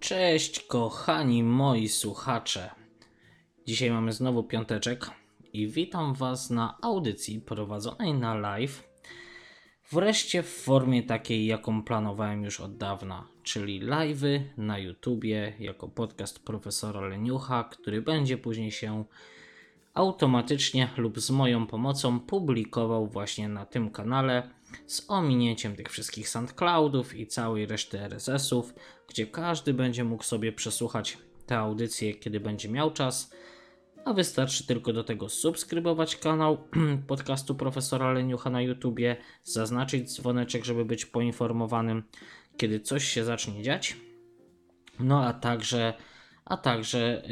Cześć kochani moi słuchacze. Dzisiaj mamy znowu piąteczek i witam Was na audycji prowadzonej na live. Wreszcie w formie takiej, jaką planowałem już od dawna, czyli live'y na YouTubie jako podcast profesora Leniucha, który będzie później się automatycznie lub z moją pomocą publikował właśnie na tym kanale z ominięciem tych wszystkich SoundCloudów i całej reszty RSS-ów, gdzie każdy będzie mógł sobie przesłuchać te audycje, kiedy będzie miał czas, a wystarczy tylko do tego subskrybować kanał podcastu profesora Leniucha na YouTubie, zaznaczyć dzwoneczek, żeby być poinformowanym, kiedy coś się zacznie dziać. No a także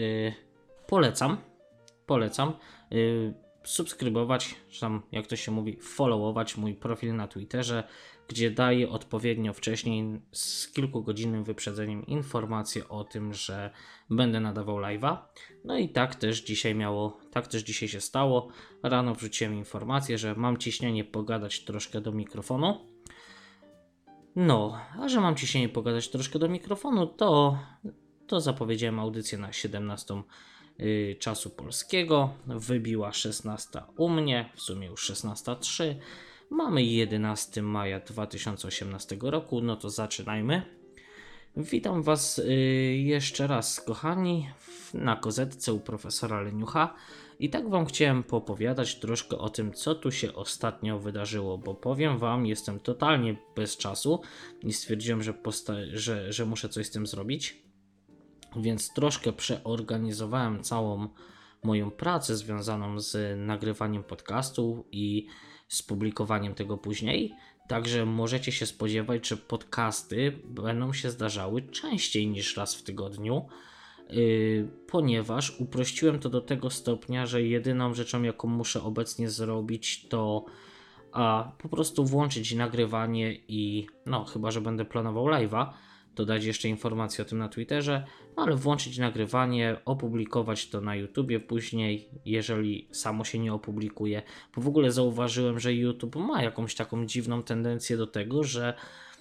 polecam subskrybować, czy tam jak to się mówi, followować mój profil na Twitterze, gdzie daję odpowiednio wcześniej z kilkugodzinnym wyprzedzeniem informacje o tym, że będę nadawał live'a. No i tak też dzisiaj się stało. Rano wrzuciłem informację, że mam ciśnienie pogadać troszkę do mikrofonu. No, a że mam ciśnienie pogadać troszkę do mikrofonu, to zapowiedziałem audycję na 17 czasu polskiego. Wybiła 16 u mnie, w sumie już 16:03. Mamy 11 maja 2018 roku, no to zaczynajmy. Witam Was jeszcze raz, kochani, na kozetce u profesora Leniucha. I tak Wam chciałem popowiadać troszkę o tym, co tu się ostatnio wydarzyło, bo powiem Wam, jestem totalnie bez czasu i stwierdziłem, że muszę coś z tym zrobić. Więc troszkę przeorganizowałem całą moją pracę związaną z nagrywaniem podcastu i z publikowaniem tego później. Także możecie się spodziewać, że podcasty będą się zdarzały częściej niż raz w tygodniu, ponieważ uprościłem to do tego stopnia, że jedyną rzeczą, jaką muszę obecnie zrobić, to po prostu włączyć nagrywanie i chyba że będę planował live'a, to dać jeszcze informację o tym na Twitterze, ale włączyć nagrywanie, opublikować to na YouTubie później, jeżeli samo się nie opublikuje, bo w ogóle zauważyłem, że YouTube ma jakąś taką dziwną tendencję do tego, że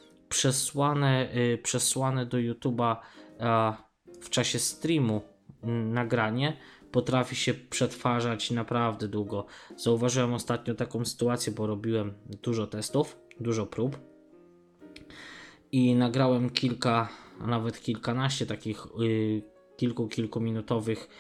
przesłane do YouTube'a w czasie streamu nagranie potrafi się przetwarzać naprawdę długo. Zauważyłem ostatnio taką sytuację, bo robiłem dużo testów, dużo prób i nagrałem kilka, a nawet kilkanaście takich kilkuminutowych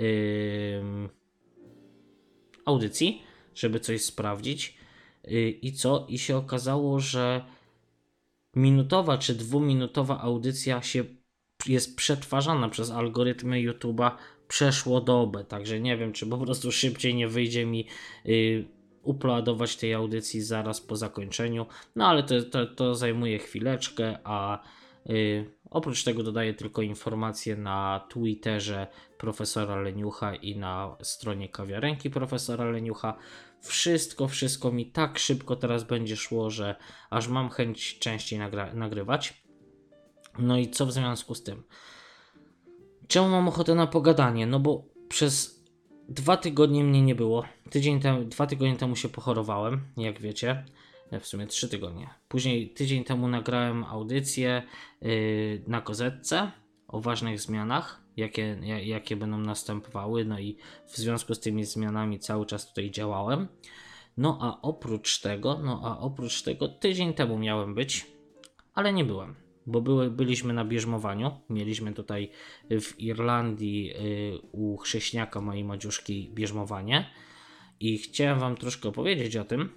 audycji, żeby coś sprawdzić. I się okazało, że minutowa czy dwuminutowa audycja jest przetwarzana przez algorytmy YouTube'a przeszło dobę, także nie wiem, czy po prostu szybciej nie wyjdzie mi uploadować tej audycji zaraz po zakończeniu, ale to zajmuje chwileczkę, a oprócz tego dodaję tylko informacje na Twitterze profesora Leniucha i na stronie kawiarenki profesora Leniucha. Wszystko mi tak szybko teraz będzie szło, że aż mam chęć częściej nagrywać. No i co w związku z tym? Czemu mam ochotę na pogadanie? No bo przez 2 tygodnie mnie nie było. 2 tygodnie temu się pochorowałem, jak wiecie. W sumie 3 tygodnie. Później tydzień temu nagrałem audycję na kozetce o ważnych zmianach, jakie będą następowały. No i w związku z tymi zmianami cały czas tutaj działałem. No a oprócz tego tydzień temu miałem być, ale nie byłem, bo byliśmy na bierzmowaniu. Mieliśmy tutaj w Irlandii u chrześniaka mojej Madziuszki bierzmowanie i chciałem Wam troszkę opowiedzieć o tym.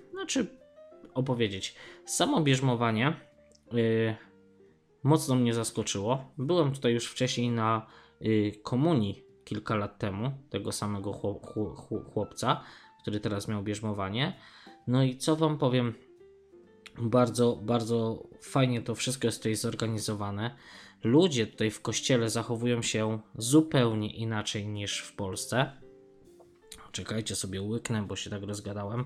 Samo bierzmowanie mocno mnie zaskoczyło. Byłem tutaj już wcześniej na komunii kilka lat temu tego samego chłopca, który teraz miał bierzmowanie. No i co Wam powiem, bardzo, bardzo fajnie to wszystko jest tutaj zorganizowane. Ludzie tutaj w kościele zachowują się zupełnie inaczej niż w Polsce. Czekajcie, sobie łyknę, bo się tak rozgadałem.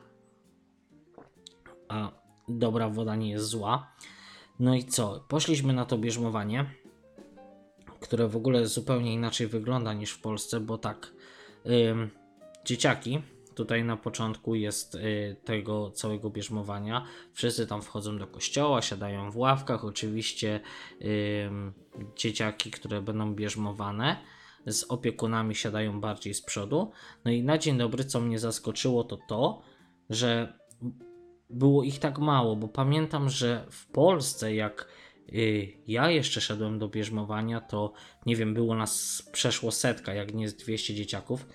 A dobra woda nie jest zła. No i co? Poszliśmy na to bierzmowanie, które w ogóle zupełnie inaczej wygląda niż w Polsce, bo tak, dzieciaki, tutaj na początku jest tego całego bierzmowania. Wszyscy tam wchodzą do kościoła, siadają w ławkach. Oczywiście dzieciaki, które będą bierzmowane, z opiekunami siadają bardziej z przodu. No i na dzień dobry, co mnie zaskoczyło, to, że było ich tak mało, bo pamiętam, że w Polsce, jak ja jeszcze szedłem do bierzmowania, to nie wiem, było nas przeszło 100, jak nie z 200 dzieciaków,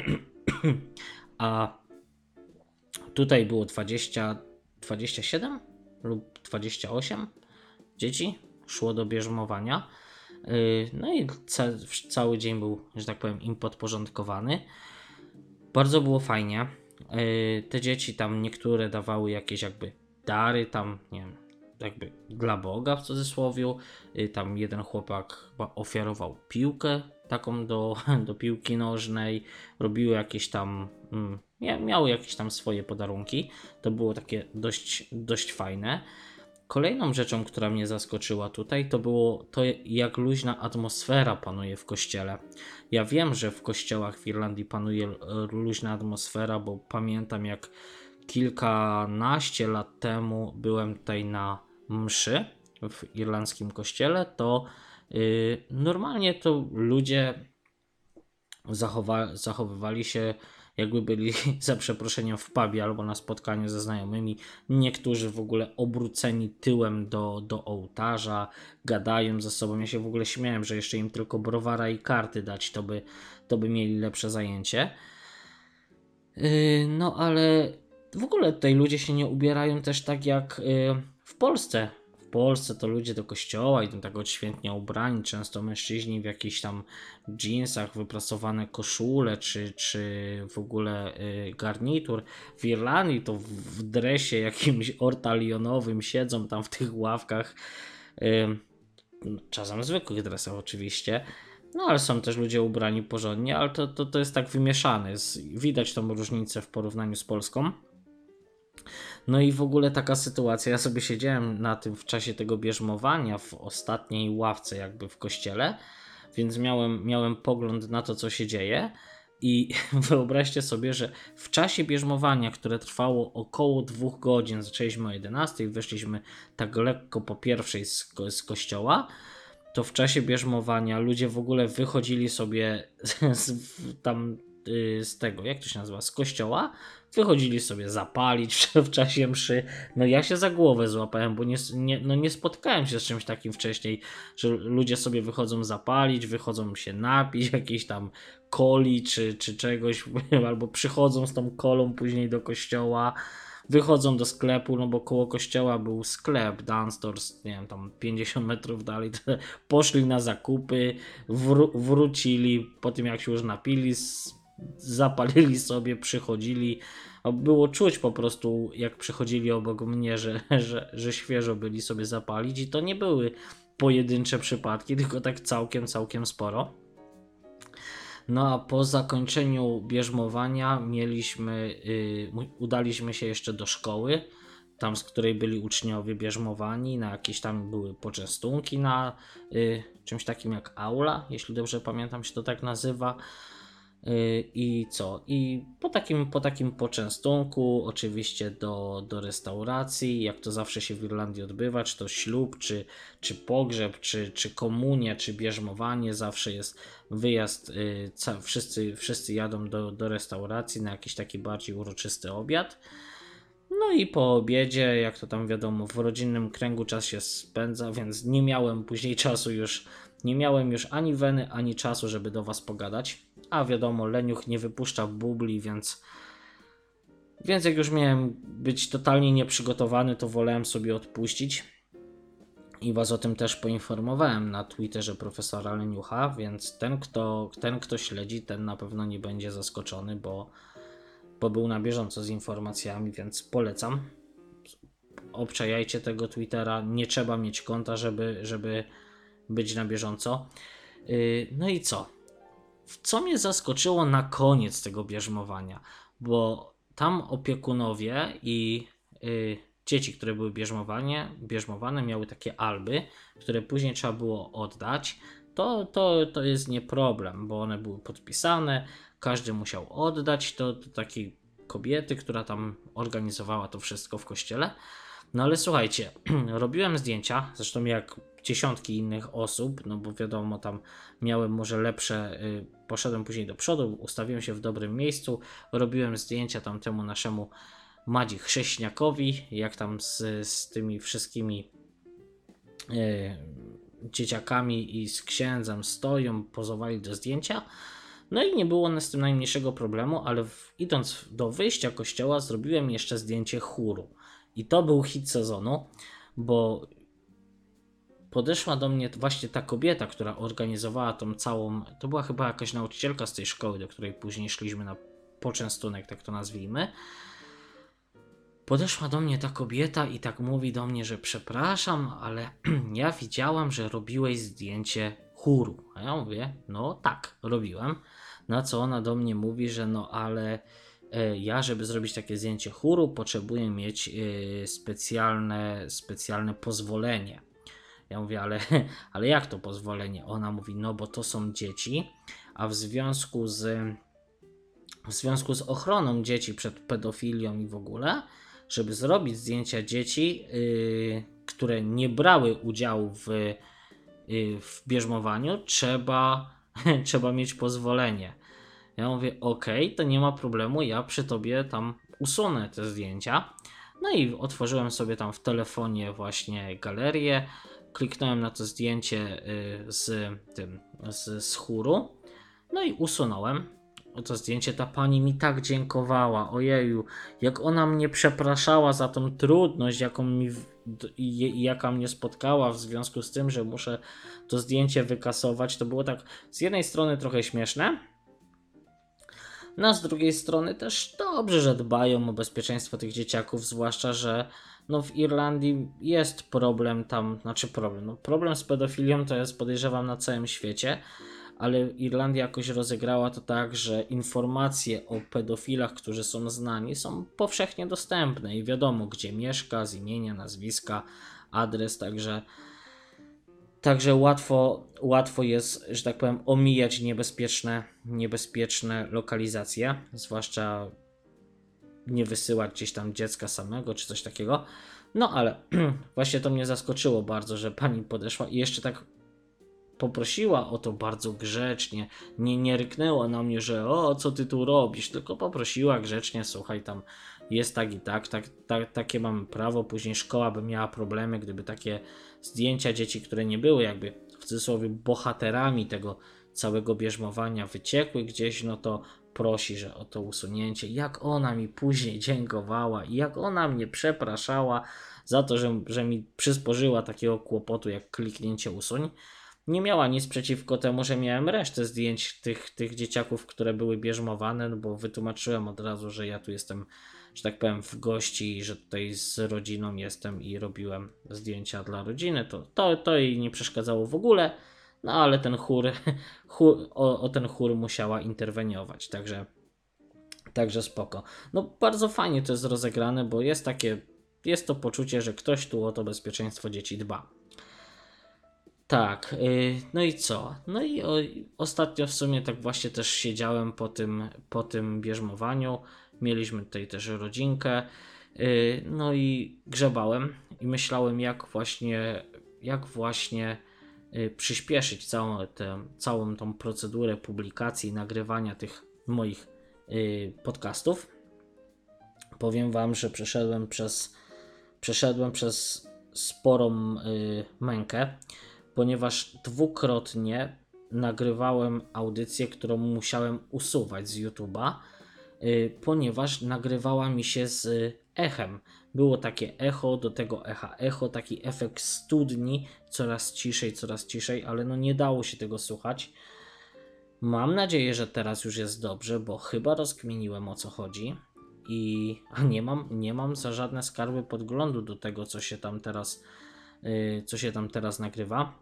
a tutaj było 27 lub 28 dzieci szło do bierzmowania. No i cały dzień był, że tak powiem, im podporządkowany. Bardzo było fajnie. Te dzieci tam niektóre dawały jakieś jakby dary tam, nie wiem, jakby dla Boga w cudzysłowie. Tam jeden chłopak chyba ofiarował piłkę taką do piłki nożnej. Robiły jakieś tam, miały jakieś tam swoje podarunki. To było takie dość fajne. Kolejną rzeczą, która mnie zaskoczyła tutaj, to było to, jak luźna atmosfera panuje w kościele. Ja wiem, że w kościołach w Irlandii panuje luźna atmosfera, bo pamiętam, jak kilkanaście lat temu byłem tutaj na mszy w irlandzkim kościele, to normalnie to ludzie zachowywali się, jakby byli za przeproszeniem w pubie albo na spotkaniu ze znajomymi. Niektórzy w ogóle obróceni tyłem do ołtarza, gadają ze sobą. Ja się w ogóle śmiałem, że jeszcze im tylko browara i karty dać, to by mieli lepsze zajęcie. No ale w ogóle tutaj ludzie się nie ubierają też tak jak w Polsce. W Polsce to ludzie do kościoła idą tak odświętnie ubrani, często mężczyźni w jakichś tam dżinsach, wyprasowane koszule, czy w ogóle garnitur. W Irlandii to w dresie jakimś ortalionowym siedzą tam w tych ławkach, czasem w zwykłych dresach oczywiście. No ale są też ludzie ubrani porządnie, ale to jest tak wymieszane. Widać tą różnicę w porównaniu z Polską. No i w ogóle taka sytuacja, ja sobie siedziałem na tym w czasie tego bierzmowania w ostatniej ławce jakby w kościele, więc miałem pogląd na to, co się dzieje i wyobraźcie sobie, że w czasie bierzmowania, które trwało około 2 godzin, zaczęliśmy o 11, wyszliśmy tak lekko po pierwszej z kościoła, to w czasie bierzmowania ludzie w ogóle wychodzili sobie z tego, jak to się nazywa, z kościoła, wychodzili sobie zapalić w czasie mszy. No ja się za głowę złapałem, bo nie spotkałem się z czymś takim wcześniej, że ludzie sobie wychodzą zapalić, wychodzą się napić jakiejś tam coli czy czegoś, albo przychodzą z tą kolą później do kościoła, wychodzą do sklepu, no bo koło kościoła był sklep Dunstores, nie wiem, tam 50 metrów dalej, poszli na zakupy, wrócili po tym, jak się już napili, zapalili sobie, przychodzili. Było czuć po prostu, jak przychodzili obok mnie, że świeżo byli sobie zapalić i to nie były pojedyncze przypadki, tylko tak całkiem sporo. No a po zakończeniu bierzmowania udaliśmy się jeszcze do szkoły, tam z której byli uczniowie bierzmowani, na jakieś tam były poczęstunki na czymś takim jak aula, jeśli dobrze pamiętam się to tak nazywa. I co? I po takim poczęstunku oczywiście do restauracji, jak to zawsze się w Irlandii odbywa, czy to ślub, czy pogrzeb, czy komunia, czy bierzmowanie, zawsze jest wyjazd, wszyscy jadą do restauracji na jakiś taki bardziej uroczysty obiad. No i po obiedzie, jak to tam wiadomo, w rodzinnym kręgu czas się spędza, więc nie miałem później czasu już, nie miałem już ani weny, ani czasu, żeby do was pogadać. A wiadomo, leniuch nie wypuszcza bubli, więc jak już miałem być totalnie nieprzygotowany, to wolałem sobie odpuścić. I was o tym też poinformowałem na Twitterze profesora Leniucha, więc ten kto śledzi, ten na pewno nie będzie zaskoczony, bo był na bieżąco z informacjami, więc polecam. Obczajajcie tego Twittera, nie trzeba mieć konta, żeby być na bieżąco. No i co? Co mnie zaskoczyło na koniec tego bierzmowania, bo tam opiekunowie i dzieci, które były bierzmowane, miały takie alby, które później trzeba było oddać. To jest nie problem, bo one były podpisane, każdy musiał oddać, to taki kobiety, która tam organizowała to wszystko w kościele. No ale słuchajcie, robiłem zdjęcia, zresztą jak dziesiątki innych osób, no bo wiadomo, tam miałem może lepsze, poszedłem później do przodu, ustawiłem się w dobrym miejscu, robiłem zdjęcia tam temu naszemu Madzi Chrześniakowi, jak tam z tymi wszystkimi dzieciakami i z księdzem stoją, pozowali do zdjęcia. No i nie było z tym najmniejszego problemu, ale idąc do wyjścia kościoła zrobiłem jeszcze zdjęcie chóru. I to był hit sezonu, bo podeszła do mnie właśnie ta kobieta, która organizowała tą całą, to była chyba jakaś nauczycielka z tej szkoły, do której później szliśmy na poczęstunek, tak to nazwijmy. Podeszła do mnie ta kobieta i tak mówi do mnie, że przepraszam, ale ja widziałam, że robiłeś zdjęcie chóru. A ja mówię, no tak, robiłem. Na co ona do mnie mówi, że no ale ja, żeby zrobić takie zdjęcie chóru, potrzebuję mieć specjalne pozwolenie. Ja mówię, ale jak to pozwolenie? Ona mówi, no bo to są dzieci, a w związku z ochroną dzieci przed pedofilią i w ogóle, żeby zrobić zdjęcia dzieci, które nie brały udziału w bierzmowaniu, trzeba mieć pozwolenie. Ja mówię, okej, to nie ma problemu, ja przy tobie tam usunę te zdjęcia. No i otworzyłem sobie tam w telefonie właśnie galerię, kliknąłem na to zdjęcie z chóru, no i usunąłem to zdjęcie. Ta pani mi tak dziękowała, ojeju, jak ona mnie przepraszała za tą trudność, jaka mnie spotkała w związku z tym, że muszę to zdjęcie wykasować. To było tak z jednej strony trochę śmieszne, no a z drugiej strony też dobrze, że dbają o bezpieczeństwo tych dzieciaków, zwłaszcza, że no w Irlandii jest problem tam, problem z pedofilią to jest, podejrzewam, na całym świecie, ale Irlandia jakoś rozegrała to tak, że informacje o pedofilach, którzy są znani, są powszechnie dostępne i wiadomo, gdzie mieszka, z imienia, nazwiska, adres, Także łatwo jest, że tak powiem, omijać niebezpieczne lokalizacje, zwłaszcza nie wysyłać gdzieś tam dziecka samego czy coś takiego. No ale właśnie to mnie zaskoczyło bardzo, że pani podeszła i jeszcze tak poprosiła o to bardzo grzecznie. Nie ryknęła na mnie, że o, co ty tu robisz, tylko poprosiła grzecznie, słuchaj, tam jest tak i takie mamy prawo, później szkoła by miała problemy, gdyby takie zdjęcia dzieci, które nie były jakby w cudzysłowie bohaterami tego całego bierzmowania wyciekły gdzieś, no to prosi, że o to usunięcie. Jak ona mi później dziękowała i jak ona mnie przepraszała za to, że mi przysporzyła takiego kłopotu jak kliknięcie usuń. Nie miała nic przeciwko temu, że miałem resztę zdjęć tych dzieciaków, które były bierzmowane, no bo wytłumaczyłem od razu, że ja tu jestem, że tak powiem, w gości i że tutaj z rodziną jestem i robiłem zdjęcia dla rodziny. To jej nie przeszkadzało w ogóle, no ale ten ten chór musiała interweniować, także spoko. No bardzo fajnie to jest rozegrane, bo jest to poczucie, że ktoś tu o to bezpieczeństwo dzieci dba. Tak, no i co? No i ostatnio w sumie tak właśnie też siedziałem po tym bierzmowaniu. Mieliśmy tutaj też rodzinkę. No i grzebałem i myślałem, jak właśnie przyspieszyć całą tą procedurę publikacji i nagrywania tych moich podcastów. Powiem wam, że przeszedłem przez sporą mękę, ponieważ dwukrotnie nagrywałem audycję, którą musiałem usuwać z YouTube'a, ponieważ nagrywała mi się z echem. Było takie echo, do tego echo, taki efekt studni, coraz ciszej, ale no nie dało się tego słuchać. Mam nadzieję, że teraz już jest dobrze, bo chyba rozkminiłem, o co chodzi. A nie mam za żadne skarby podglądu do tego, co się tam teraz nagrywa.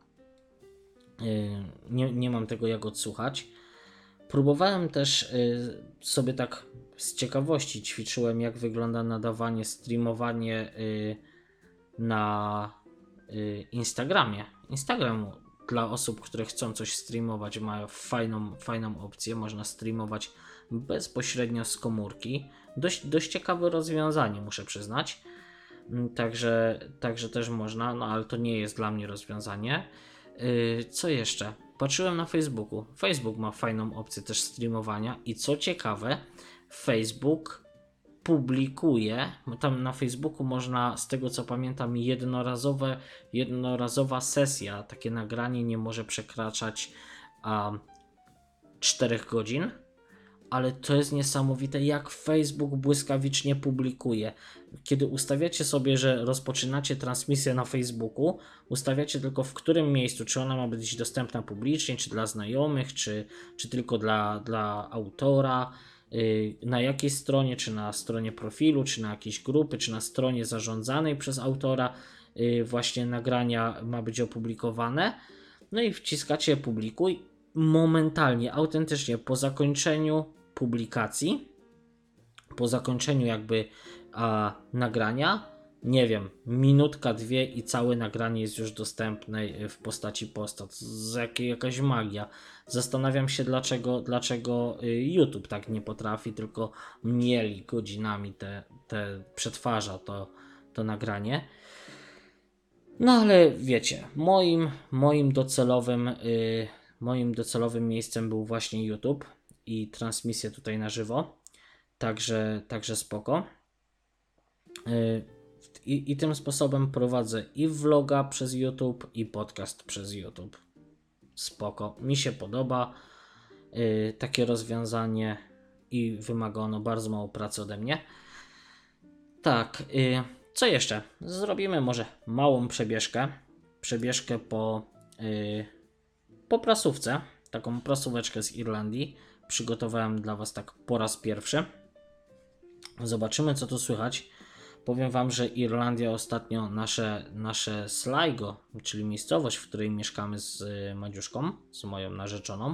Nie mam tego jak odsłuchać. Próbowałem też sobie tak z ciekawości ćwiczyłem, jak wygląda nadawanie, streamowanie na Instagramie. Instagram dla osób, które chcą coś streamować, mają fajną opcję. Można streamować bezpośrednio z komórki. Dość ciekawe rozwiązanie, muszę przyznać. Także też można, no ale to nie jest dla mnie rozwiązanie. Co jeszcze? Patrzyłem na Facebooku. Facebook ma fajną opcję też streamowania i co ciekawe, Facebook publikuje, bo tam na Facebooku można, z tego co pamiętam, jednorazowa sesja, takie nagranie nie może przekraczać 4 godzin, ale to jest niesamowite, jak Facebook błyskawicznie publikuje. Kiedy ustawiacie sobie, że rozpoczynacie transmisję na Facebooku, ustawiacie tylko w którym miejscu, czy ona ma być dostępna publicznie, czy dla znajomych, czy tylko dla autora, na jakiej stronie, czy na stronie profilu, czy na jakiejś grupy, czy na stronie zarządzanej przez autora właśnie nagrania ma być opublikowane. No i wciskacie publikuj. Momentalnie, autentycznie po zakończeniu publikacji, po zakończeniu jakby nagrania, nie wiem, minutka, 2 i całe nagranie jest już dostępne w postaci posta. Jakaś magia. Zastanawiam się, dlaczego YouTube tak nie potrafi, tylko mieli godzinami przetwarza to nagranie. No ale wiecie, moim docelowym miejscem był właśnie YouTube i transmisje tutaj na żywo. Także spoko. I tym sposobem prowadzę i vloga przez YouTube, i podcast przez YouTube. Spoko. Mi się podoba takie rozwiązanie i wymaga ono bardzo mało pracy ode mnie. Tak. Co jeszcze? Zrobimy może małą przebieżkę po prasówce. Taką prasóweczkę z Irlandii. Przygotowałem dla Was tak po raz pierwszy. Zobaczymy, co tu słychać. Powiem Wam, że Irlandia ostatnio, nasze Sligo, czyli miejscowość, w której mieszkamy z Madziuszką, z moją narzeczoną,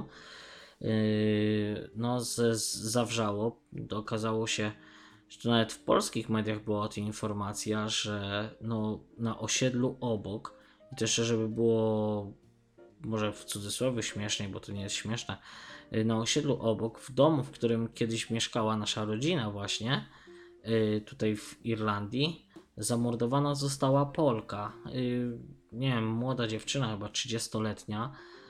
zawrzało. Okazało się, że to nawet w polskich mediach była o tej informacja, że na osiedlu obok, i to jeszcze żeby było może w cudzysłowie śmieszniej, bo to nie jest śmieszne, na osiedlu obok, w domu, w którym kiedyś mieszkała nasza rodzina właśnie, tutaj w Irlandii, zamordowana została Polka. Nie wiem, młoda dziewczyna, chyba 30-letnia,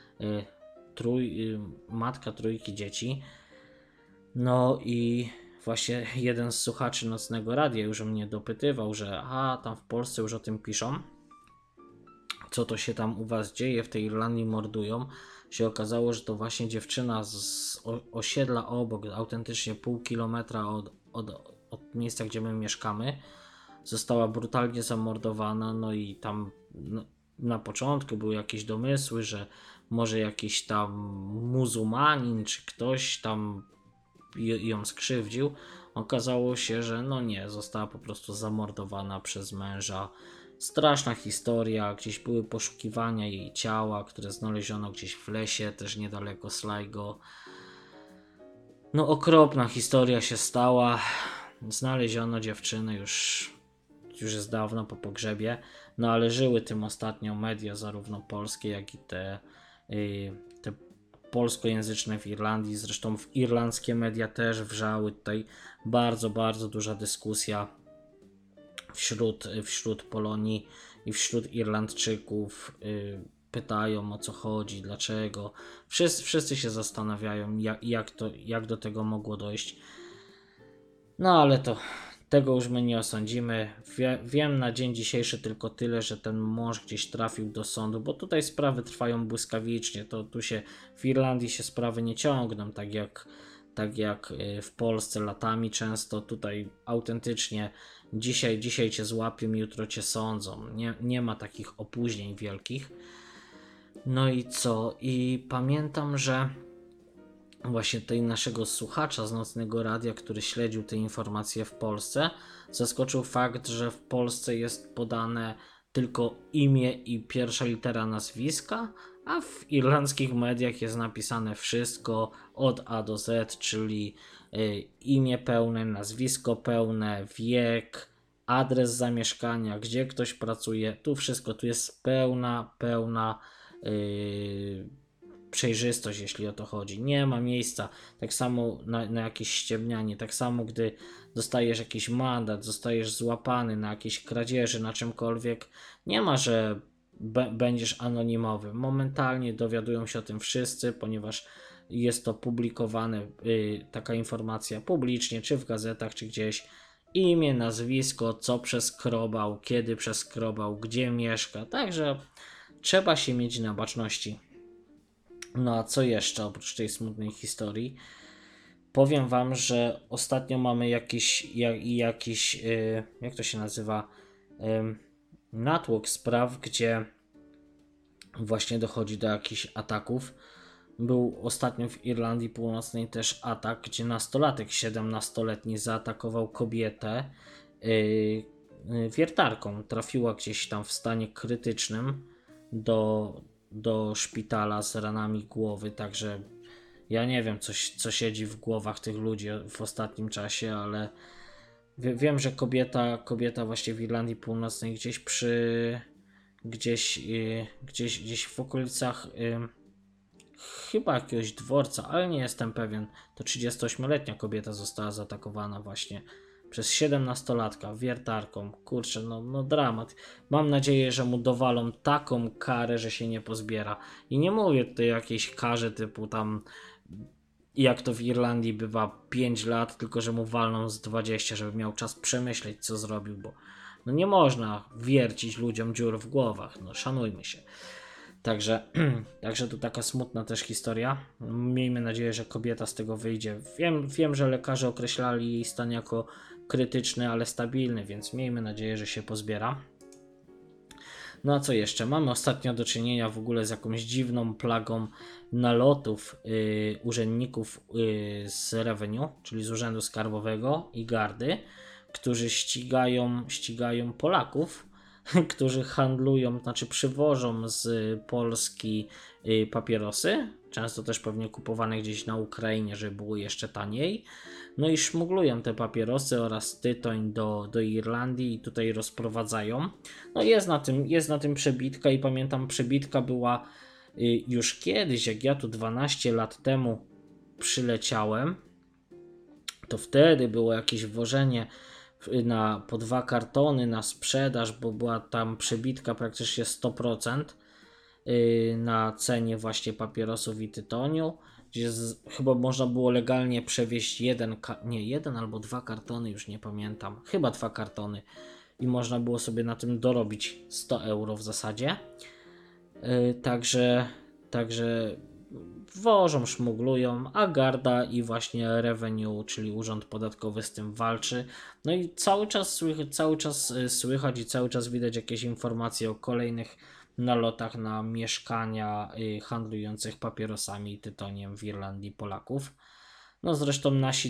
matka 3 dzieci. No i właśnie jeden z słuchaczy Nocnego Radia już mnie dopytywał, że tam w Polsce już o tym piszą, co to się tam u Was dzieje, w tej Irlandii mordują. Się okazało, że to właśnie dziewczyna z osiedla obok, autentycznie pół kilometra od miejsca, gdzie my mieszkamy, została brutalnie zamordowana. No i tam na początku były jakieś domysły, że może jakiś tam muzułmanin czy ktoś tam ją skrzywdził. Okazało się, że nie, została po prostu zamordowana przez męża. Straszna historia, gdzieś były poszukiwania jej ciała, które znaleziono gdzieś w lesie, też niedaleko Sligo. Okropna historia się stała. Znaleziono dziewczynę już jest dawno po pogrzebie, ale żyły tym ostatnio media, zarówno polskie, jak i te polskojęzyczne w Irlandii. Zresztą w irlandzkie media też wrzały. Tutaj bardzo, bardzo duża dyskusja wśród Polonii i wśród Irlandczyków. Pytają, o co chodzi, dlaczego. Wszyscy się zastanawiają, jak do tego mogło dojść. Ale tego już my nie osądzimy. Wiem na dzień dzisiejszy tylko tyle, że ten mąż gdzieś trafił do sądu, bo tutaj sprawy trwają błyskawicznie. W Irlandii się sprawy nie ciągną, tak jak w Polsce latami często. Tutaj autentycznie dzisiaj cię złapią, jutro cię sądzą. Nie ma takich opóźnień wielkich. No i co? I pamiętam, że właśnie tej naszego słuchacza z Nocnego Radia, który śledził te informacje w Polsce, zaskoczył fakt, że w Polsce jest podane tylko imię i pierwsza litera nazwiska, a w irlandzkich mediach jest napisane wszystko od A do Z, czyli imię pełne, nazwisko pełne, wiek, adres zamieszkania, gdzie ktoś pracuje, tu wszystko, tu jest pełna przejrzystość, jeśli o to chodzi. Nie ma miejsca. Tak samo na jakieś ściemnianie, tak samo gdy dostajesz jakiś mandat, zostajesz złapany na jakiejś kradzieży, na czymkolwiek, nie ma, że będziesz anonimowy. Momentalnie dowiadują się o tym wszyscy, ponieważ jest to publikowane, taka informacja publicznie, czy w gazetach, czy gdzieś. Imię, nazwisko, co przeskrobał, kiedy przeskrobał, gdzie mieszka. Także trzeba się mieć na baczności. No a co jeszcze oprócz tej smutnej historii? Powiem wam, że ostatnio mamy jakiś jak to się nazywa, natłok spraw, gdzie właśnie dochodzi do jakichś ataków. Był ostatnio w Irlandii Północnej też atak, gdzie nastolatek 17-letni zaatakował kobietę wiertarką. Trafiła gdzieś tam w stanie krytycznym do szpitala z ranami głowy, także ja nie wiem, co siedzi w głowach tych ludzi w ostatnim czasie, ale wiem, że kobieta właśnie w Irlandii Północnej gdzieś w okolicach chyba jakiegoś dworca, ale nie jestem pewien, to 38-letnia kobieta została zaatakowana właśnie przez 17-latka wiertarką. Kurczę, no dramat. Mam nadzieję, że mu dowalą taką karę, że się nie pozbiera. I nie mówię tutaj o jakiejś karze typu tam, jak to w Irlandii bywa, 5 lat, tylko że mu walną z 20, żeby miał czas przemyśleć, co zrobił, bo no nie można wiercić ludziom dziur w głowach, no szanujmy się. Także to taka smutna też historia. Miejmy nadzieję, że kobieta z tego wyjdzie. Wiem, że lekarze określali jej stan jako krytyczny, ale stabilny, więc miejmy nadzieję, że się pozbiera. No a co jeszcze? Mamy ostatnio do czynienia w ogóle z jakąś dziwną plagą nalotów urzędników z Revenue, czyli z Urzędu Skarbowego i Gardy, którzy ścigają Polaków, którzy handlują, znaczy przywożą z Polski papierosy, często też pewnie kupowane gdzieś na Ukrainie, żeby było jeszcze taniej. No i szmuglują te papierosy oraz tytoń do Irlandii i tutaj rozprowadzają. No jest na tym przebitka i pamiętam, przebitka była już kiedyś, jak ja tu 12 lat temu przyleciałem, to wtedy było jakieś wożenie po 2 kartony na sprzedaż, bo była tam przebitka praktycznie 100% na cenie właśnie papierosów i tytoniu, gdzie chyba można było legalnie przewieźć jeden albo 2 kartony, już nie pamiętam, chyba 2 kartony i można było sobie na tym dorobić 100 euro w zasadzie. Także wożą, szmuglują, a Garda i właśnie Revenue, czyli Urząd Podatkowy, z tym walczy. No i cały czas słychać i cały czas widać jakieś informacje o kolejnych nalotach na mieszkania handlujących papierosami i tytoniem w Irlandii Polaków. No zresztą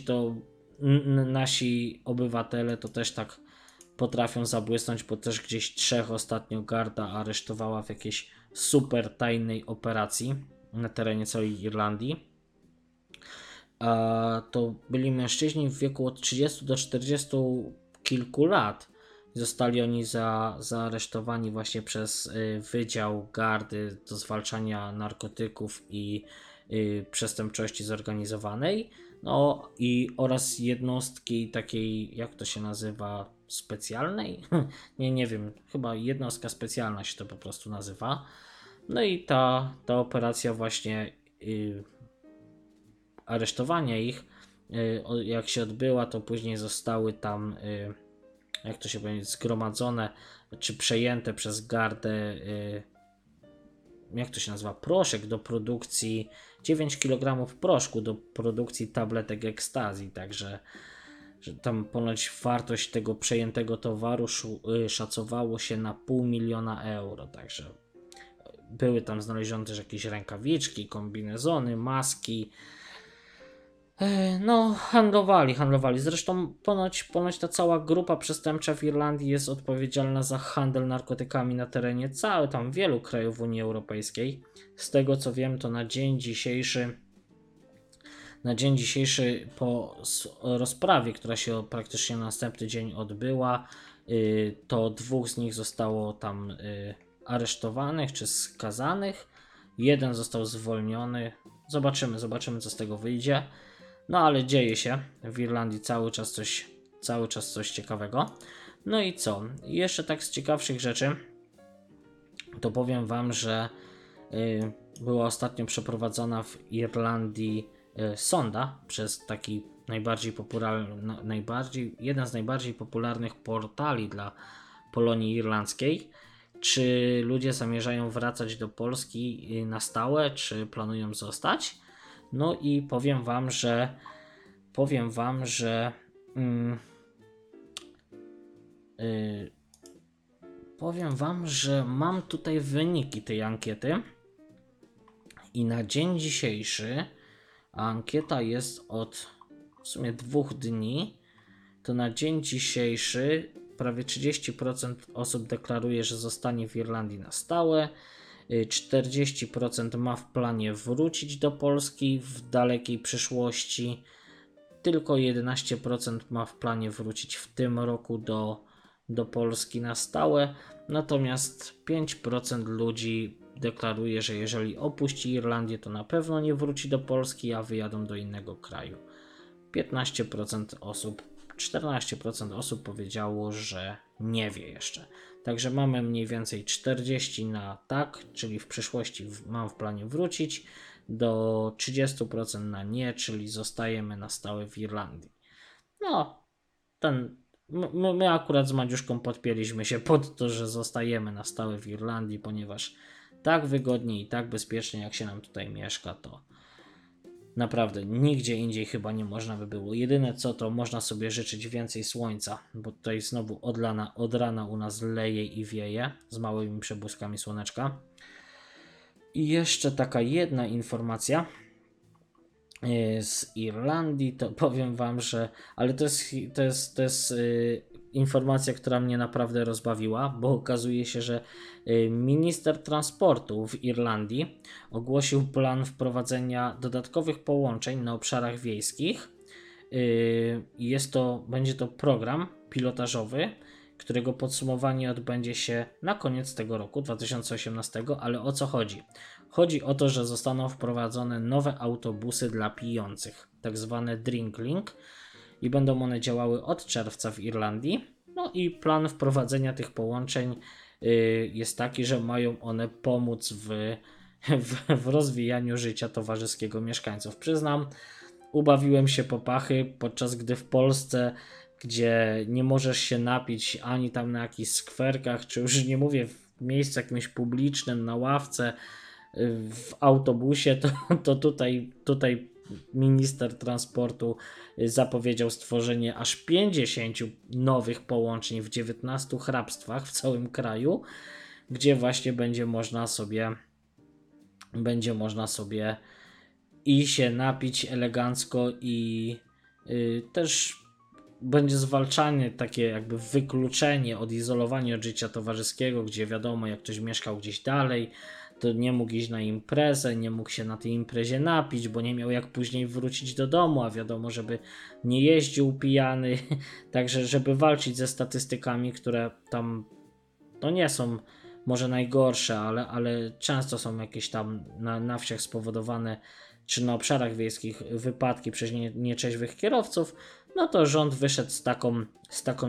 nasi obywatele to też tak potrafią zabłysnąć, bo też gdzieś 3 ostatnio Garda aresztowała w jakiejś super tajnej operacji na terenie całej Irlandii. A to byli mężczyźni w wieku od 30 do 40 kilku lat. Zostali oni zaaresztowani właśnie przez Wydział Gardy do zwalczania narkotyków i przestępczości zorganizowanej. No i oraz jednostki takiej, jak to się nazywa, specjalnej? Nie wiem, chyba jednostka specjalna się to po prostu nazywa. No i ta operacja właśnie aresztowania ich, jak się odbyła, to później zostały tam, jak to się powiedzieć, zgromadzone czy przejęte przez Gardę, jak to się nazywa, proszek do produkcji, 9 kg proszku do produkcji tabletek ekstazji, także że tam ponoć wartość tego przejętego towaru szacowało się na 500 000 euro, także były tam znalezione też jakieś rękawiczki, kombinezony, maski. No, handlowali. Zresztą ponoć ta cała grupa przestępcza w Irlandii jest odpowiedzialna za handel narkotykami na terenie tam wielu krajów Unii Europejskiej. Z tego co wiem, to na dzień dzisiejszy po rozprawie, która się praktycznie następny dzień odbyła, to 2 z nich zostało tam aresztowanych czy skazanych, jeden został zwolniony. Zobaczymy, co z tego wyjdzie. No ale dzieje się w Irlandii cały czas coś ciekawego. No i co? Jeszcze tak z ciekawszych rzeczy, to powiem wam, że była ostatnio przeprowadzona w Irlandii sonda przez taki jeden z najbardziej popularnych portali dla Polonii Irlandzkiej. Czy ludzie zamierzają wracać do Polski na stałe, czy planują zostać? No i powiem wam, że mam tutaj wyniki tej ankiety i na dzień dzisiejszy, a ankieta jest od w sumie 2 dni, to na dzień dzisiejszy prawie 30% osób deklaruje, że zostanie w Irlandii na stałe, 40% ma w planie wrócić do Polski w dalekiej przyszłości, tylko 11% ma w planie wrócić w tym roku do Polski na stałe, natomiast 5% ludzi deklaruje, że jeżeli opuści Irlandię, to na pewno nie wróci do Polski, a wyjadą do innego kraju. 14% osób powiedziało, że nie wie jeszcze. Także mamy mniej więcej 40 na tak, czyli w przyszłości mam w planie wrócić, do 30% na nie, czyli zostajemy na stałe w Irlandii. No, my akurat z Madziuszką podpięliśmy się pod to, że zostajemy na stałe w Irlandii, ponieważ tak wygodnie i tak bezpiecznie jak się nam tutaj mieszka, to naprawdę nigdzie indziej chyba nie można by było. Jedyne co, to można sobie życzyć więcej słońca, bo tutaj znowu od rana u nas leje i wieje z małymi przebłyskami słoneczka. I jeszcze taka jedna informacja z Irlandii, to powiem wam, że ale to jest informacja, która mnie naprawdę rozbawiła, bo okazuje się, że minister transportu w Irlandii ogłosił plan wprowadzenia dodatkowych połączeń na obszarach wiejskich. Będzie to program pilotażowy, którego podsumowanie odbędzie się na koniec tego roku 2018, ale o co chodzi? Chodzi o to, że zostaną wprowadzone nowe autobusy dla pijących, tak zwane Drinklink, i będą one działały od czerwca w Irlandii. No i plan wprowadzenia tych połączeń jest taki, że mają one pomóc w rozwijaniu życia towarzyskiego mieszkańców. Przyznam, ubawiłem się po pachy, podczas gdy w Polsce, gdzie nie możesz się napić ani tam na jakichś skwerkach, czy już nie mówię w miejscu jakimś publicznym, na ławce, w autobusie, to tutaj minister transportu zapowiedział stworzenie aż 50 nowych połączeń w 19 hrabstwach w całym kraju, gdzie właśnie będzie można sobie i się napić elegancko i też będzie zwalczanie, takie jakby wykluczenie, odizolowanie od życia towarzyskiego, gdzie wiadomo, jak ktoś mieszkał gdzieś dalej, to nie mógł iść na imprezę, nie mógł się na tej imprezie napić, bo nie miał jak później wrócić do domu, a wiadomo, żeby nie jeździł pijany, także żeby walczyć ze statystykami, które tam no nie są może najgorsze, ale często są jakieś tam na wsiach spowodowane, czy na obszarach wiejskich wypadki przez nieczeźwych kierowców, no to rząd wyszedł z taką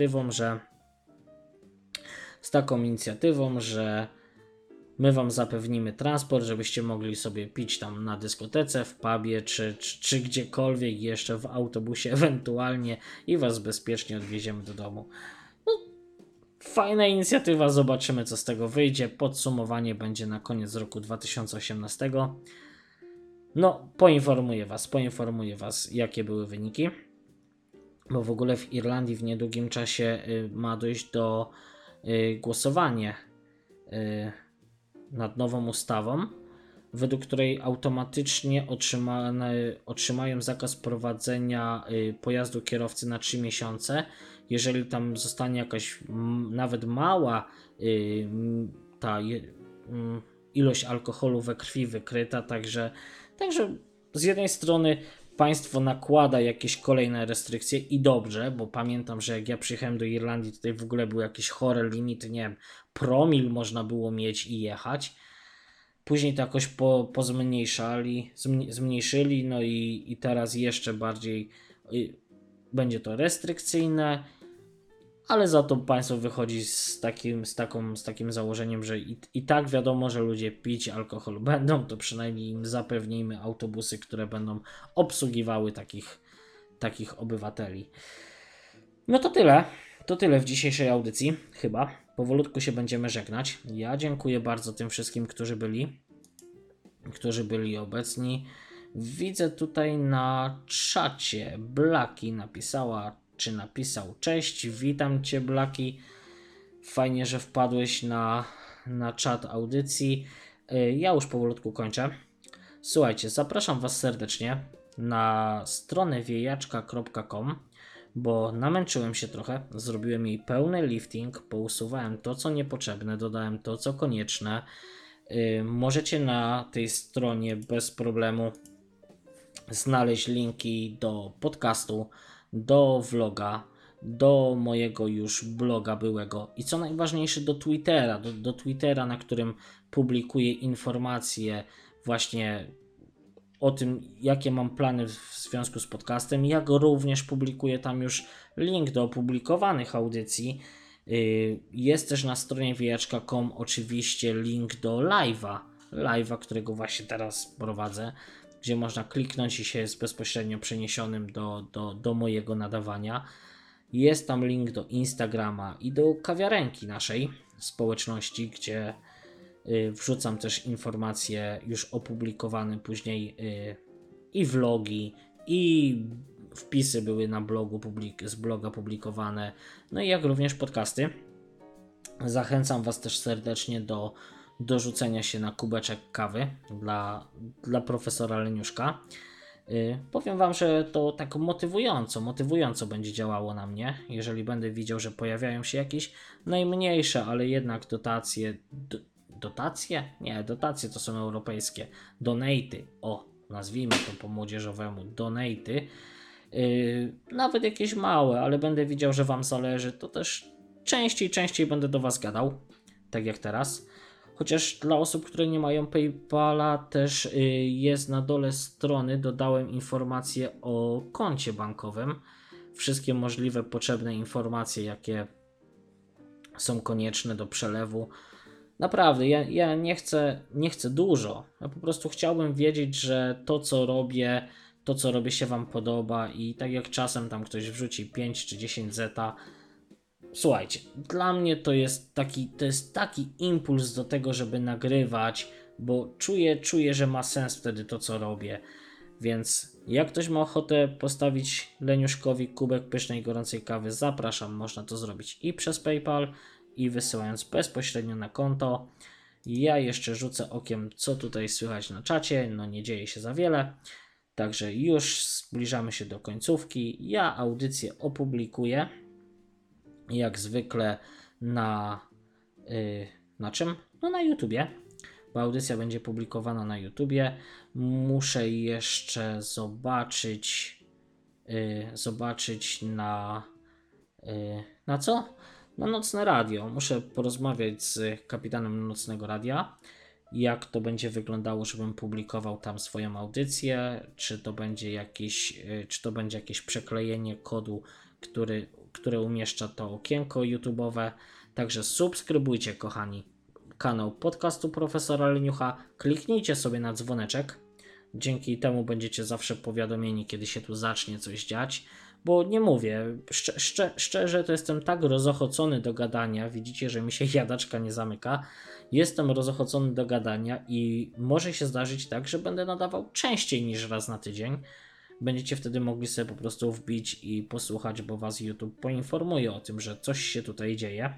inicjatywą, że my wam zapewnimy transport, żebyście mogli sobie pić tam na dyskotece, w pubie, czy gdziekolwiek jeszcze w autobusie ewentualnie i was bezpiecznie odwieziemy do domu. No, fajna inicjatywa, zobaczymy co z tego wyjdzie. Podsumowanie będzie na koniec roku 2018. No, poinformuję was jakie były wyniki, bo w ogóle w Irlandii w niedługim czasie ma dojść do głosowania nad nową ustawą, według której automatycznie otrzymają zakaz prowadzenia pojazdu kierowcy na 3 miesiące, jeżeli tam zostanie jakaś nawet mała ta ilość alkoholu we krwi wykryta, także z jednej strony państwo nakłada jakieś kolejne restrykcje i dobrze, bo pamiętam, że jak ja przyjechałem do Irlandii, tutaj w ogóle były jakieś chore limity, nie wiem, promil można było mieć i jechać. Później to jakoś zmniejszyli, no i teraz jeszcze bardziej będzie to restrykcyjne, ale za to państwo wychodzi z takim założeniem, że i tak wiadomo, że ludzie pić alkohol będą, to przynajmniej im zapewnijmy autobusy, które będą obsługiwały takich obywateli. No to tyle. To tyle w dzisiejszej audycji, chyba. Powolutku się będziemy żegnać. Ja dziękuję bardzo tym wszystkim, którzy byli obecni. Widzę tutaj na czacie Blaki napisał cześć, witam Cię Blaki. Fajnie, że wpadłeś na czat audycji. Ja już powolutku kończę. Słuchajcie, zapraszam Was serdecznie na stronę wiejaczka.com, bo namęczyłem się trochę, zrobiłem jej pełny lifting, pousuwałem to co niepotrzebne, dodałem to co konieczne. Możecie na tej stronie bez problemu znaleźć linki do podcastu, do vloga, do mojego już bloga byłego i co najważniejsze do Twittera, do Twittera, na którym publikuję informacje właśnie o tym, jakie mam plany w związku z podcastem, jak również publikuję tam już link do opublikowanych audycji. Jest też na stronie wijaczka.com oczywiście link do live'a, którego właśnie teraz prowadzę, gdzie można kliknąć i się jest bezpośrednio przeniesionym do mojego nadawania. Jest tam link do Instagrama i do kawiarenki naszej społeczności, gdzie wrzucam też informacje już opublikowane później i vlogi, i wpisy były na blogu z bloga publikowane, no i jak również podcasty. Zachęcam Was też serdecznie do dorzucenia się na kubeczek kawy dla profesora Leniuszka. Powiem Wam, że to tak motywująco będzie działało na mnie, jeżeli będę widział, że pojawiają się jakieś najmniejsze, ale jednak dotacje? Nie, dotacje to są europejskie. Donaty, nazwijmy to po młodzieżowemu, donaty. Nawet jakieś małe, ale będę widział, że Wam zależy, to też częściej będę do Was gadał, tak jak teraz. Chociaż dla osób, które nie mają PayPala, też jest na dole strony, dodałem informacje o koncie bankowym. Wszystkie możliwe potrzebne informacje, jakie są konieczne do przelewu. Naprawdę, ja nie chcę dużo. Ja po prostu chciałbym wiedzieć, że to co robię się Wam podoba i tak jak czasem tam ktoś wrzuci 5 czy 10 zeta. Słuchajcie, dla mnie to jest taki impuls do tego, żeby nagrywać, bo czuję, że ma sens wtedy to co robię. Więc jak ktoś ma ochotę postawić Leniuszkowi kubek pysznej gorącej kawy, zapraszam, można to zrobić i przez PayPal, i wysyłając bezpośrednio na konto. Ja jeszcze rzucę okiem, co tutaj słychać na czacie. No nie dzieje się za wiele. Także już zbliżamy się do końcówki. Ja audycję opublikuję jak zwykle na czym? No na YouTubie, bo audycja będzie publikowana na YouTubie. Muszę jeszcze zobaczyć na co? Na Nocne Radio. Muszę porozmawiać z kapitanem Nocnego Radia, jak to będzie wyglądało, żebym publikował tam swoją audycję, czy to będzie jakieś przeklejenie kodu, które umieszcza to okienko YouTube'owe. Także subskrybujcie, kochani, kanał podcastu Profesora Leniucha, kliknijcie sobie na dzwoneczek, dzięki temu będziecie zawsze powiadomieni, kiedy się tu zacznie coś dziać. Bo nie mówię, szczerze to jestem tak rozochocony do gadania, widzicie, że mi się jadaczka nie zamyka, jestem rozochocony do gadania i może się zdarzyć tak, że będę nadawał częściej niż raz na tydzień. Będziecie wtedy mogli sobie po prostu wbić i posłuchać, bo Was YouTube poinformuje o tym, że coś się tutaj dzieje.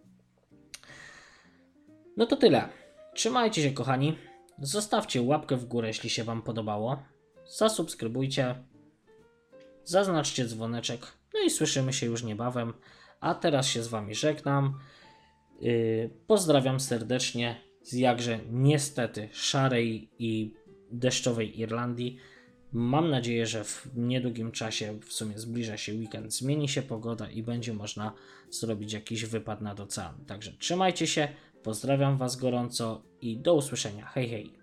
No to tyle. Trzymajcie się, kochani. Zostawcie łapkę w górę, jeśli się Wam podobało. Zasubskrybujcie. Zaznaczcie dzwoneczek, no i słyszymy się już niebawem, a teraz się z Wami żegnam. Pozdrawiam serdecznie z jakże niestety szarej i deszczowej Irlandii. Mam nadzieję, że w niedługim czasie, w sumie zbliża się weekend, zmieni się pogoda i będzie można zrobić jakiś wypad nad ocean. Także trzymajcie się, Pozdrawiam Was gorąco i do usłyszenia. Hej, hej.